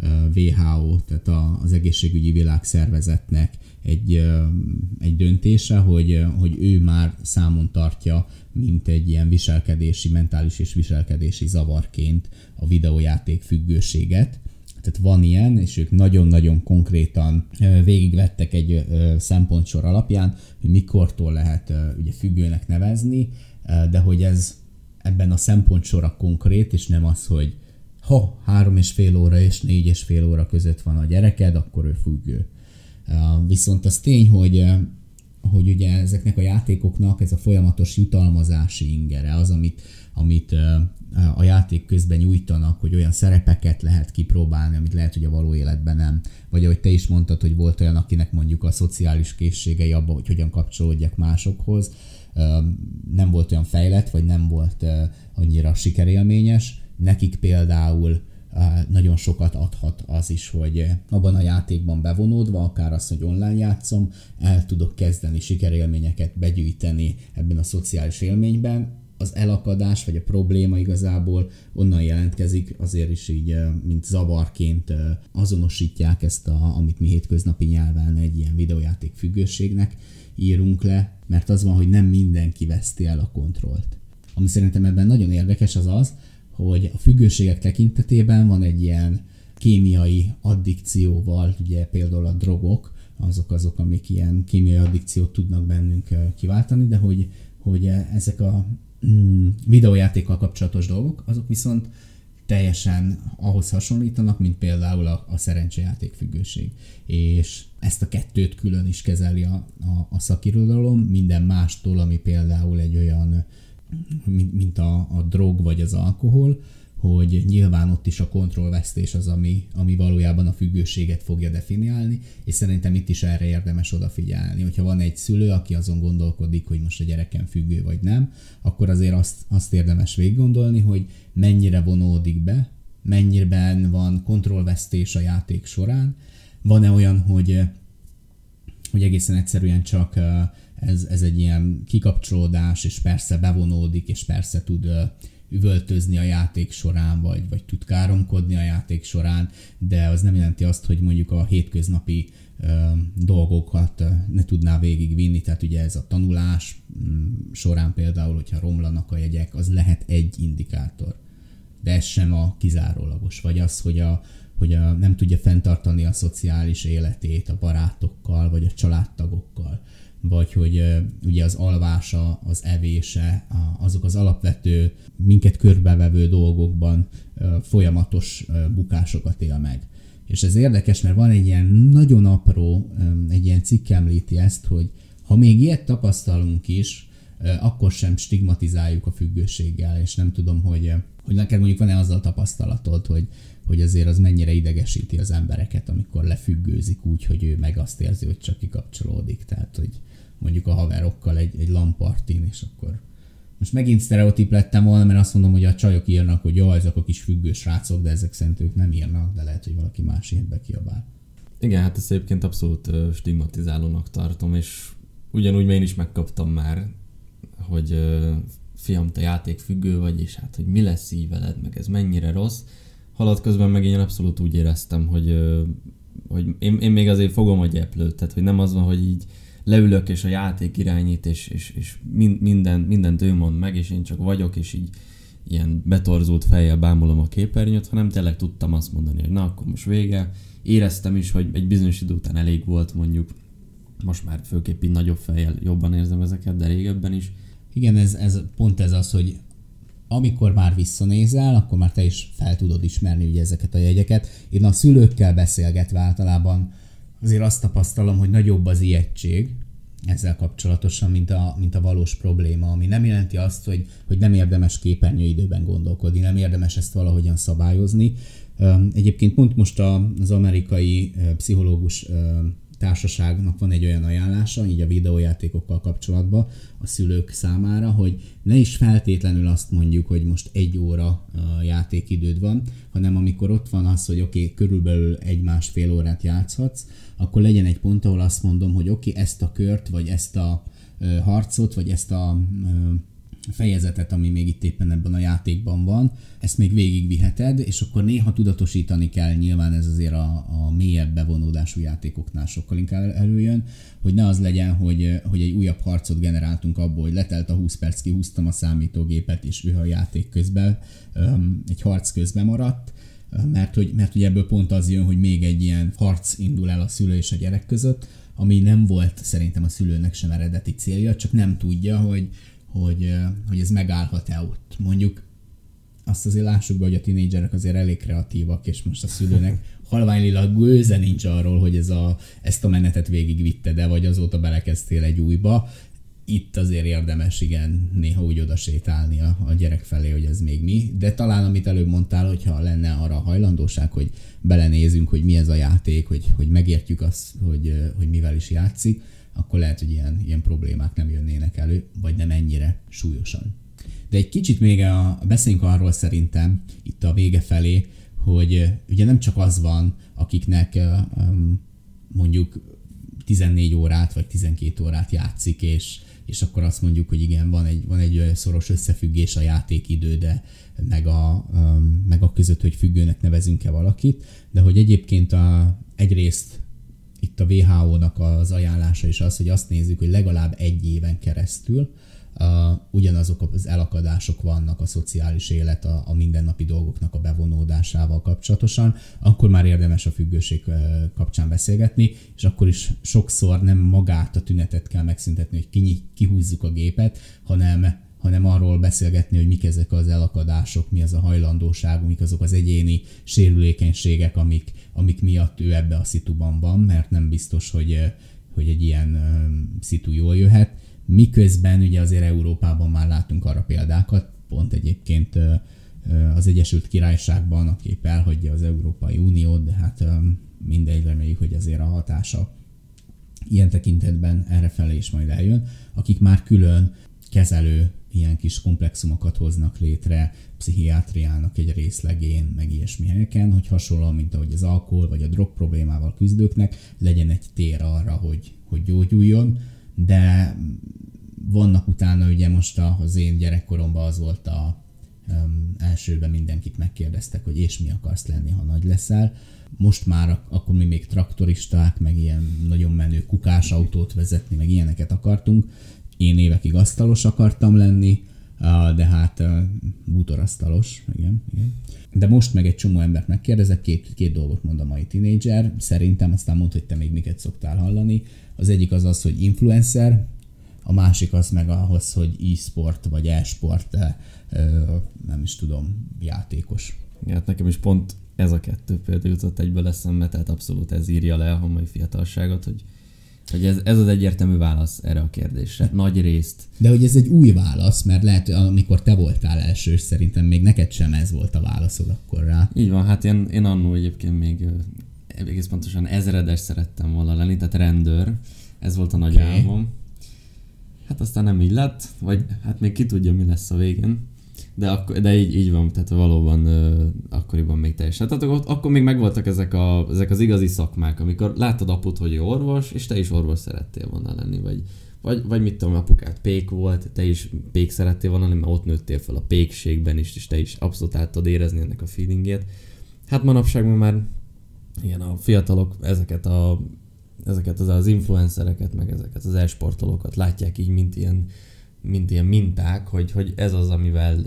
WHO, tehát az Egészségügyi Világszervezetnek egy döntése, hogy ő már számon tartja, mint egy ilyen mentális és viselkedési zavarként a videójáték függőséget. Tehát van ilyen, és ők nagyon-nagyon konkrétan végigvettek egy szempontsor alapján, hogy mikortól lehet ugye függőnek nevezni, de hogy ez ebben a szempontsora konkrét, és nem az, hogy ha 3,5 óra és 4,5 óra között van a gyereked, akkor ő függő. Viszont az tény, hogy ugye ezeknek a játékoknak ez a folyamatos jutalmazási ingere, az, amit a játék közben nyújtanak, hogy olyan szerepeket lehet kipróbálni, amit lehet, hogy a való életben nem. Vagy ahogy te is mondtad, hogy volt olyan, akinek mondjuk a szociális készségei abban, hogy hogyan kapcsolódjak másokhoz, nem volt olyan fejlett, vagy nem volt annyira sikerélményes. Nekik például nagyon sokat adhat az is, hogy abban a játékban bevonódva, akár az, hogy online játszom, el tudok kezdeni sikerélményeket begyűjteni ebben a szociális élményben. Az elakadás vagy a probléma igazából onnan jelentkezik, azért is így, mint zavarként azonosítják ezt, amit mi hétköznapi nyelven egy ilyen videójáték függőségnek írunk le, mert az van, hogy nem mindenki veszti el a kontrollt. Ami szerintem ebben nagyon érdekes az, hogy a függőségek tekintetében van egy ilyen kémiai addikcióval, ugye például a drogok, azok, amik ilyen kémiai addikciót tudnak bennünk kiváltani, de hogy ezek a videójátékkal kapcsolatos dolgok, azok viszont teljesen ahhoz hasonlítanak, mint például a szerencsejáték függőség. És ezt a kettőt külön is kezeli a szakirodalom, minden mástól, ami például egy olyan, mint a drog vagy az alkohol, hogy nyilván ott is a kontrollvesztés az, ami valójában a függőséget fogja definiálni, és szerintem itt is erre érdemes odafigyelni. Hogyha van egy szülő, aki azon gondolkodik, hogy most a gyerekem függő vagy nem, akkor azért azt érdemes végiggondolni, hogy mennyire vonódik be, mennyiben van kontrollvesztés a játék során, van-e olyan, hogy egészen egyszerűen csak ez egy ilyen kikapcsolódás, és persze bevonódik, és persze tud üvöltözni a játék során, vagy tud káromkodni a játék során, de az nem jelenti azt, hogy mondjuk a hétköznapi dolgokat ne tudná végigvinni, tehát ugye ez a tanulás során például, hogyha romlanak a jegyek, az lehet egy indikátor, de ez sem a kizárólagos, vagy az, hogy nem tudja fenntartani a szociális életét a barátokkal, vagy a családtagokkal, vagy hogy ugye az alvása, az evése, azok az alapvető, minket körbevevő dolgokban folyamatos bukásokat él meg. És ez érdekes, mert van egy ilyen nagyon apró, egy ilyen cikk említi ezt, hogy ha még ilyet tapasztalunk is, akkor sem stigmatizáljuk a függőséggel, és nem tudom, hogy neked mondjuk van-e azzal tapasztalatod, hogy azért az mennyire idegesíti az embereket, amikor lefüggőzik úgy, hogy ő meg azt érzi, hogy csak kikapcsolódik. Tehát, hogy mondjuk a haverokkal egy LAN-partin, és akkor most megint sztereotíp lettem volna, mert azt mondom, hogy a csajok írnak, hogy jó, ezek a kis függős srácok, de ezek szerint ők nem írnak, de lehet, hogy valaki más ilyet bekiabál. Igen, hát ezt egyébként abszolút stigmatizálónak tartom, és ugyanúgy én is megkaptam már, hogy fiam, te játékfüggő vagy, és hát, hogy mi lesz így veled, meg ez mennyire rossz. Halad közben meg én abszolút úgy éreztem, hogy én még azért fogom a gyeplőt, tehát hogy nem az van, hogy így leülök, és a játék irányít, és mindent ő mond meg, és én csak vagyok, és így ilyen betorzult fejjel bámulom a képernyőt, hanem tényleg tudtam azt mondani, hogy na, akkor most vége. Éreztem is, hogy egy bizonyos idő után elég volt, mondjuk most már főképp így nagyobb fejjel jobban érzem ezeket, de régebben is. Igen, ez pont ez az, hogy amikor már visszanézel, akkor már te is fel tudod ismerni ugye ezeket a jegyeket. Én a szülőkkel beszélgetve általában azért azt tapasztalom, hogy nagyobb az ijegység ezzel kapcsolatosan, mint a valós probléma, ami nem jelenti azt, hogy nem érdemes képernyőidőben gondolkodni, nem érdemes ezt valahogyan szabályozni. Egyébként pont most az amerikai pszichológus társaságnak van egy olyan ajánlása, így a videójátékokkal kapcsolatban a szülők számára, hogy ne is feltétlenül azt mondjuk, hogy most 1 óra játékidőd van, hanem amikor ott van az, hogy oké, körülbelül 1-1,5 órát játszhatsz, akkor legyen egy pont, ahol azt mondom, hogy oké, ezt a kört, vagy ezt a harcot, vagy ezt a fejezetet, ami még itt éppen ebben a játékban van, ezt még végigviheted, és akkor néha tudatosítani kell, nyilván ez azért a mélyebb bevonódású játékoknál sokkal inkább előjön, hogy ne az legyen, hogy egy újabb harcot generáltunk abból, hogy letelt a 20 perc, kihúztam a számítógépet, és ő a játék közben, egy harc közben maradt, mert hogy ebből pont az jön, hogy még egy ilyen harc indul el a szülő és a gyerek között, ami nem volt szerintem a szülőnek sem eredeti célja, csak nem tudja, hogy ez megállhat-e ott. Mondjuk azt azért lássuk be, hogy a tinédzserek azért elég kreatívak, és most a szülőnek halványilag gőze nincs arról, hogy ezt a menetet végigvitte, de vagy azóta belekezdtél egy újba. Itt azért érdemes, igen, néha úgy oda sétálni a gyerek felé, hogy ez még mi. De talán, amit előbb mondtál, hogyha lenne arra a hajlandóság, hogy belenézünk, hogy mi ez a játék, hogy megértjük azt, hogy mivel is játszik, akkor lehet, hogy ilyen problémák nem jönnének elő, vagy nem ennyire súlyosan. De egy kicsit még beszéljünk arról szerintem itt a vége felé, hogy ugye nem csak az van, akiknek mondjuk 14 órát vagy 12 órát játszik, és akkor azt mondjuk, hogy igen, van egy szoros összefüggés a játékidő, de meg a között, hogy függőnek nevezünk-e valakit, de hogy egyébként egyrészt itt a WHO-nak az ajánlása is az, hogy azt nézzük, hogy legalább 1 éven keresztül ugyanazok az elakadások vannak a szociális élet, a mindennapi dolgoknak a bevonódásával kapcsolatosan, akkor már érdemes a függőség kapcsán beszélgetni, és akkor is sokszor nem magát a tünetet kell megszüntetni, hogy kihúzzuk a gépet, hanem arról beszélgetni, hogy mik ezek az elakadások, mi az a hajlandóság, mik azok az egyéni sérülékenységek, amik miatt ő ebbe a szituban van, mert nem biztos, hogy egy ilyen szitu jól jöhet. Miközben ugye azért Európában már látunk arra példákat, pont egyébként az Egyesült Királyságban, aki épp elhagyja az Európai Uniót, de hát mindegy, reméljük, hogy azért a hatása ilyen tekintetben errefelé is majd eljön, akik már külön kezelő ilyen kis komplexumokat hoznak létre, pszichiátriának egy részlegén, meg ilyesmi helyeken, hogy hasonlóan, mint ahogy az alkohol vagy a drog problémával küzdőknek legyen egy tér arra, hogy gyógyuljon, de vannak utána, ugye most az én gyerekkoromban az volt elsőben mindenkit megkérdeztek, hogy és mi akarsz lenni, ha nagy leszel. Most már akkor mi még traktoristák, meg ilyen nagyon menő kukásautót vezetni, meg ilyeneket akartunk. Én évekig asztalos akartam lenni, de hát bútorasztalos, igen. De most meg egy csomó embert megkérdezek, két dolgot mond a mai tínédzser, szerintem, aztán mondd, hogy te még miket szoktál hallani. Az egyik az, hogy influencer, a másik az meg ahhoz, hogy e-sport vagy e-sport, nem is tudom, játékos. Ja, hát nekem is pont ez a kettő például jutott egyből eszembe, tehát abszolút ez írja le a mai fiatalságot, hogy ez az egyértelmű válasz erre a kérdésre. Nagy részt. De hogy ez egy új válasz, mert lehet, amikor te voltál elsős, szerintem még neked sem ez volt a válaszod akkor rá. Így van, hát én annól egyébként még egész pontosan ezredes szerettem volna lenni, tehát rendőr. Ez volt a nagy álmom. Hát aztán nem így lett, vagy hát még ki tudja, mi lesz a végén. De így van, tehát valóban akkoriban még teljesen. Tehát akkor még megvoltak ezek az igazi szakmák, amikor láttad apud, hogy orvos, és te is orvos szerettél volna lenni, vagy mit tudom, apukád pék volt, te is pék szerettél volna lenni, mert ott nőttél fel a pékségben is, és te is abszolút át tudod érezni ennek a feelingjét. Hát manapság már igen, a fiatalok ezeket az influencereket, meg ezeket az e-sportolókat látják így, mint ilyen minták, hogy ez az, amivel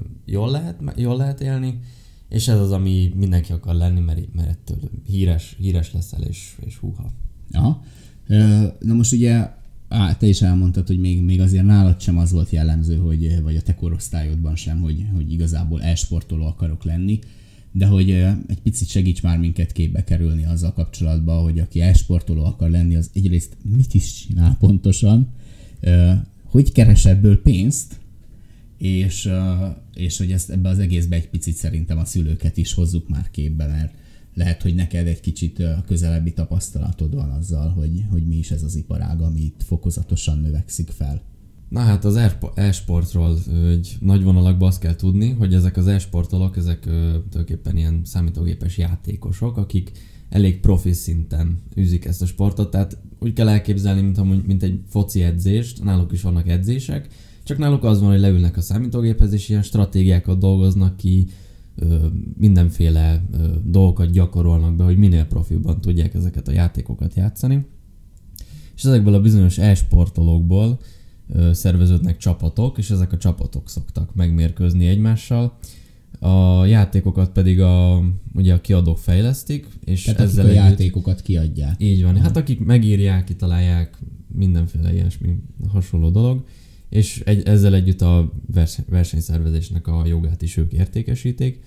jól lehet élni, és ez az, ami mindenki akar lenni, mert ettől híres leszel, és húha. Aha. Na most ugye, te is elmondtad, hogy még azért nálad sem az volt jellemző, vagy a te korosztályodban sem, hogy igazából e-sportoló akarok lenni, de hogy egy picit segíts már minket képbe kerülni azzal kapcsolatban, hogy aki e-sportoló akar lenni, az egyrészt mit is csinál pontosan, hogy keres ebből pénzt, és hogy ezt ebbe az egészbe egy picit szerintem a szülőket is hozzuk már képbe, mert lehet, hogy neked egy kicsit közelebbi tapasztalatod van azzal, hogy mi is ez az iparág, ami itt fokozatosan növekszik fel. Na hát az e-sportról egy nagy vonalakban azt kell tudni, hogy ezek az e-sportolók, ezek tulajdonképpen ilyen számítógépes játékosok, akik elég profi szinten űzik ezt a sportot, tehát úgy kell elképzelni, mint egy foci edzést, náluk is vannak edzések, csak náluk az van, hogy leülnek a számítógéphez, és ilyen stratégiákat dolgoznak ki, mindenféle dolgokat gyakorolnak be, hogy minél profibban tudják ezeket a játékokat játszani. És ezekből a bizonyos e-sportolókból szerveződnek csapatok, és ezek a csapatok szoktak megmérkőzni egymással. A játékokat pedig ugye a kiadók fejlesztik, és tehát ezzel akik a játékokat kiadják. Így van. Hát akik megírják, kitalálják, mindenféle ilyesmi hasonló dolog, és ezzel együtt a versenyszervezésnek a jogát is ők értékesítik,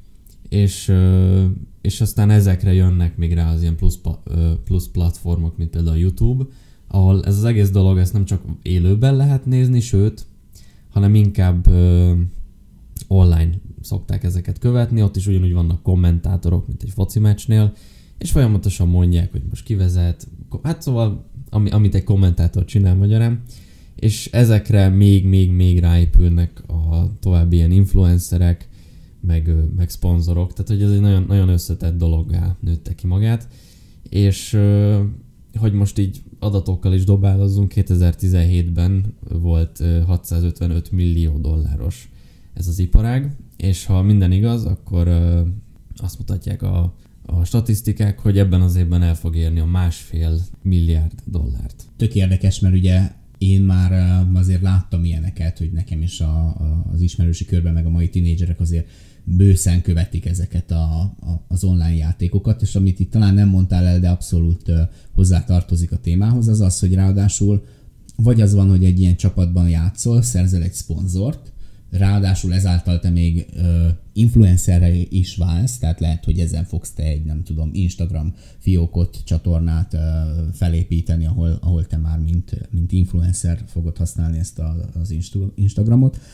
és aztán ezekre jönnek még rá az ilyen plusz platformok, mint például a YouTube, ahol ez az egész dolog, ezt nem csak élőben lehet nézni, sőt, hanem inkább online szokták ezeket követni, ott is ugyanúgy vannak kommentátorok, mint egy foci meccsnél, és folyamatosan mondják, hogy most kivezet, hát szóval, amit egy kommentátor csinál magyarán, és ezekre még ráépülnek a további ilyen influencerek, meg szponzorok, tehát hogy ez egy nagyon, nagyon összetett dologgá nőtte ki magát, és hogy most így adatokkal is dobálozzunk, 2017-ben volt 655 millió dolláros ez az iparág, és ha minden igaz, akkor azt mutatják a statisztikák, hogy ebben az évben el fog érni a $1,5 milliárd. Tök érdekes, mert ugye én már azért láttam ilyeneket, hogy nekem is az ismerősi körben, meg a mai tínédzserek azért bőszen követik ezeket az online játékokat, és amit itt talán nem mondtál el, de abszolút hozzá tartozik a témához, az az, hogy ráadásul vagy az van, hogy egy ilyen csapatban játszol, szerzel egy szponzort, ráadásul ezáltal te még influencerre is válsz, tehát lehet, hogy ezen fogsz te egy, nem tudom, Instagram fiókot, csatornát felépíteni, ahol te már mint influencer fogod használni ezt az Instagramot.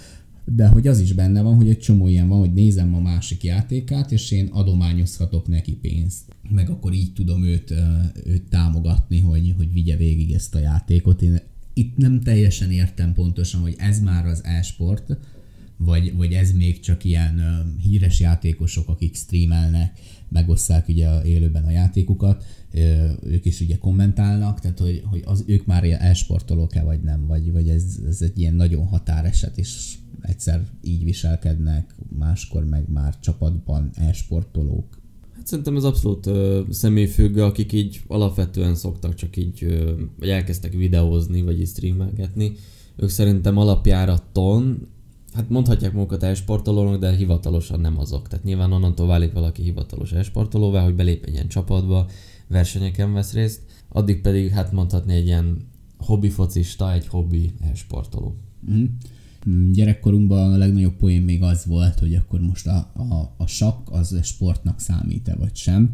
de hogy az is benne van, hogy egy csomó ilyen van, hogy nézem a másik játékát, és én adományozhatok neki pénzt. Meg akkor így tudom őt támogatni, hogy vigye végig ezt a játékot. Én itt nem teljesen értem pontosan, hogy ez már az e-sport, vagy ez még csak ilyen híres játékosok, akik streamelnek, megosszák ugye élőben a játékukat, ők is ugye kommentálnak, tehát hogy ők már e-sportolók-e vagy nem, vagy ez egy ilyen nagyon határeset, és egyszer így viselkednek, máskor meg már csapatban e-sportolók. Hát szerintem ez abszolút személyfüggő, akik így alapvetően szoktak csak így, vagy elkezdtek videózni, vagy így streamelgetni. Ők szerintem alapjáraton, hát mondhatják magukat e-sportolónak, de hivatalosan nem azok. Tehát nyilván onnantól válik valaki hivatalos e-sportolóvá, hogy belép egy ilyen csapatba, versenyeken vesz részt, addig pedig hát mondhatni egy ilyen hobbi focista, egy hobbi e-sportoló. Gyerekkorunkban a legnagyobb poén még az volt, hogy akkor most a sakk az sportnak számít-e vagy sem.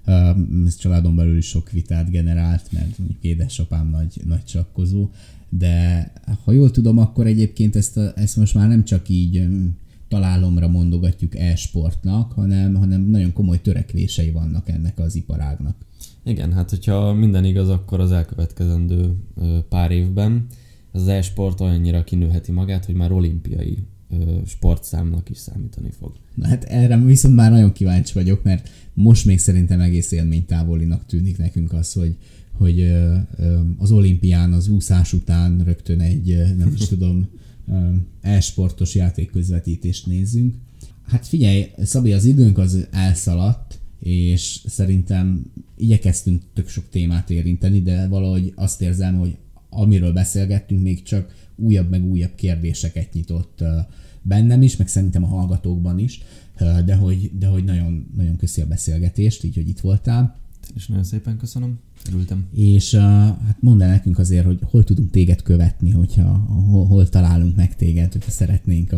Ez családon belül is sok vitát generált, mert mondjuk édesapám nagy sakkozó, de ha jól tudom, akkor egyébként ezt most már nem csak így találomra mondogatjuk e-sportnak, hanem nagyon komoly törekvései vannak ennek az iparágnak. Igen, hát hogyha minden igaz, akkor az elkövetkezendő pár évben az e-sport olyannyira kinőheti magát, hogy már olimpiai sportszámnak is számítani fog. Na hát erre viszont már nagyon kíváncsi vagyok, mert most még szerintem egész élménytávolinak tűnik nekünk az, hogy az olimpián az úszás után rögtön egy, nem is tudom, e-sportos játékközvetítést nézzünk. Hát figyelj, Szabi, az időnk az elszaladt, és szerintem igyekeztünk tök sok témát érinteni, de valahogy azt érzem, hogy amiről beszélgettünk, még csak újabb meg újabb kérdéseket nyitott bennem is, meg szerintem a hallgatókban is, de hogy nagyon, nagyon köszi a beszélgetést, így, hogy itt voltál. És nagyon szépen köszönöm, örültem. És hát mondd el nekünk azért, hogy hol tudunk téged követni, hol találunk meg téged, hogyha szeretnénk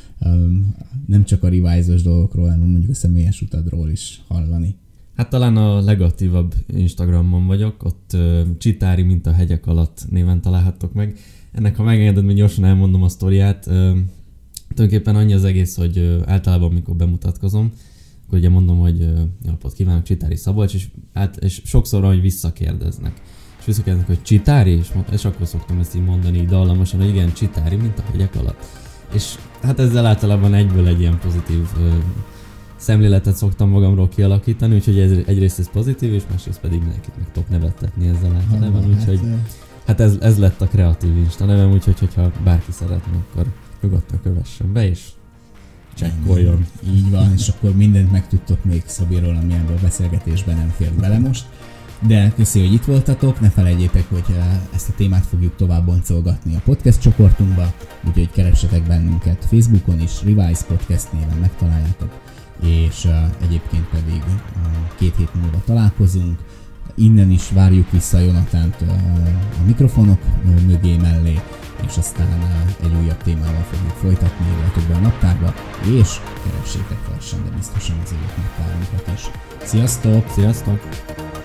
nem csak a Revice-os dolgokról, hanem mondjuk a személyes utadról is hallani. Hát talán a legaktívabb Instagramon vagyok, ott Csitári, mint a hegyek alatt néven találhattok meg. Ennek, ha megengeded, még gyorsan elmondom a sztoriát. Tulajdonképpen annyi az egész, hogy általában, amikor bemutatkozom, akkor ugye mondom, hogy jó napot kívánok, Csitári Szabolcs, és sokszor hogy visszakérdeznek. És visszakérdeznek, hogy Csitári? És akkor szoktam ezt így mondani így dallamosan, hogy igen, Csitári, mint a hegyek alatt. És hát ezzel általában egyből egy ilyen pozitív szemléletet szoktam magamról kialakítani, úgyhogy egyrészt ez pozitív, és másrészt pedig mindenkit meg tudok nevettetni ezzel a nevem, úgyhogy hát ez lett a kreatív Insta nevem, úgyhogy hogyha bárki szeretne, akkor nyugodtan kövessen be, és csekkoljon. Így van, és akkor mindent megtudtok még Szabiról, ami ebből a beszélgetésben nem fér bele most. De köszi, hogy itt voltatok, ne felejtjétek, hogy ezt a témát fogjuk tovább boncolgatni a podcast csoportunkba, úgyhogy keressetek bennünket Facebookon is, Revice Podcast néven megtaláljátok, és egyébként pedig 2 hét múlva találkozunk. Innen is várjuk vissza Jonatánt a mikrofonok mögé mellé, és aztán egy újabb témával fogjuk folytatni, írjátok a naptárba, és keressétek lassan, de biztosan az élet naptárunkat is. Sziasztok! Sziasztok!